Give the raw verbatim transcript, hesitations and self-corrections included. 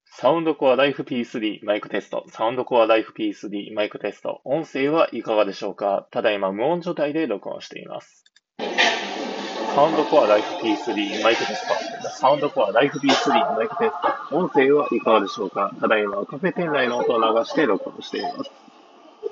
サウンドコアライフ ピースリー マイクテスト。サウンドコアライフ ピースリー マイクテスト。音声はいかがでしょうか？ただいま無音状態で録音しています。サウンドコアライフ ピースリー マイクテスト。サウンドコアライフ ピースリー マイクテスト。音声はいかがでしょうか？ただいまカフェ店内の音を流して録音しています。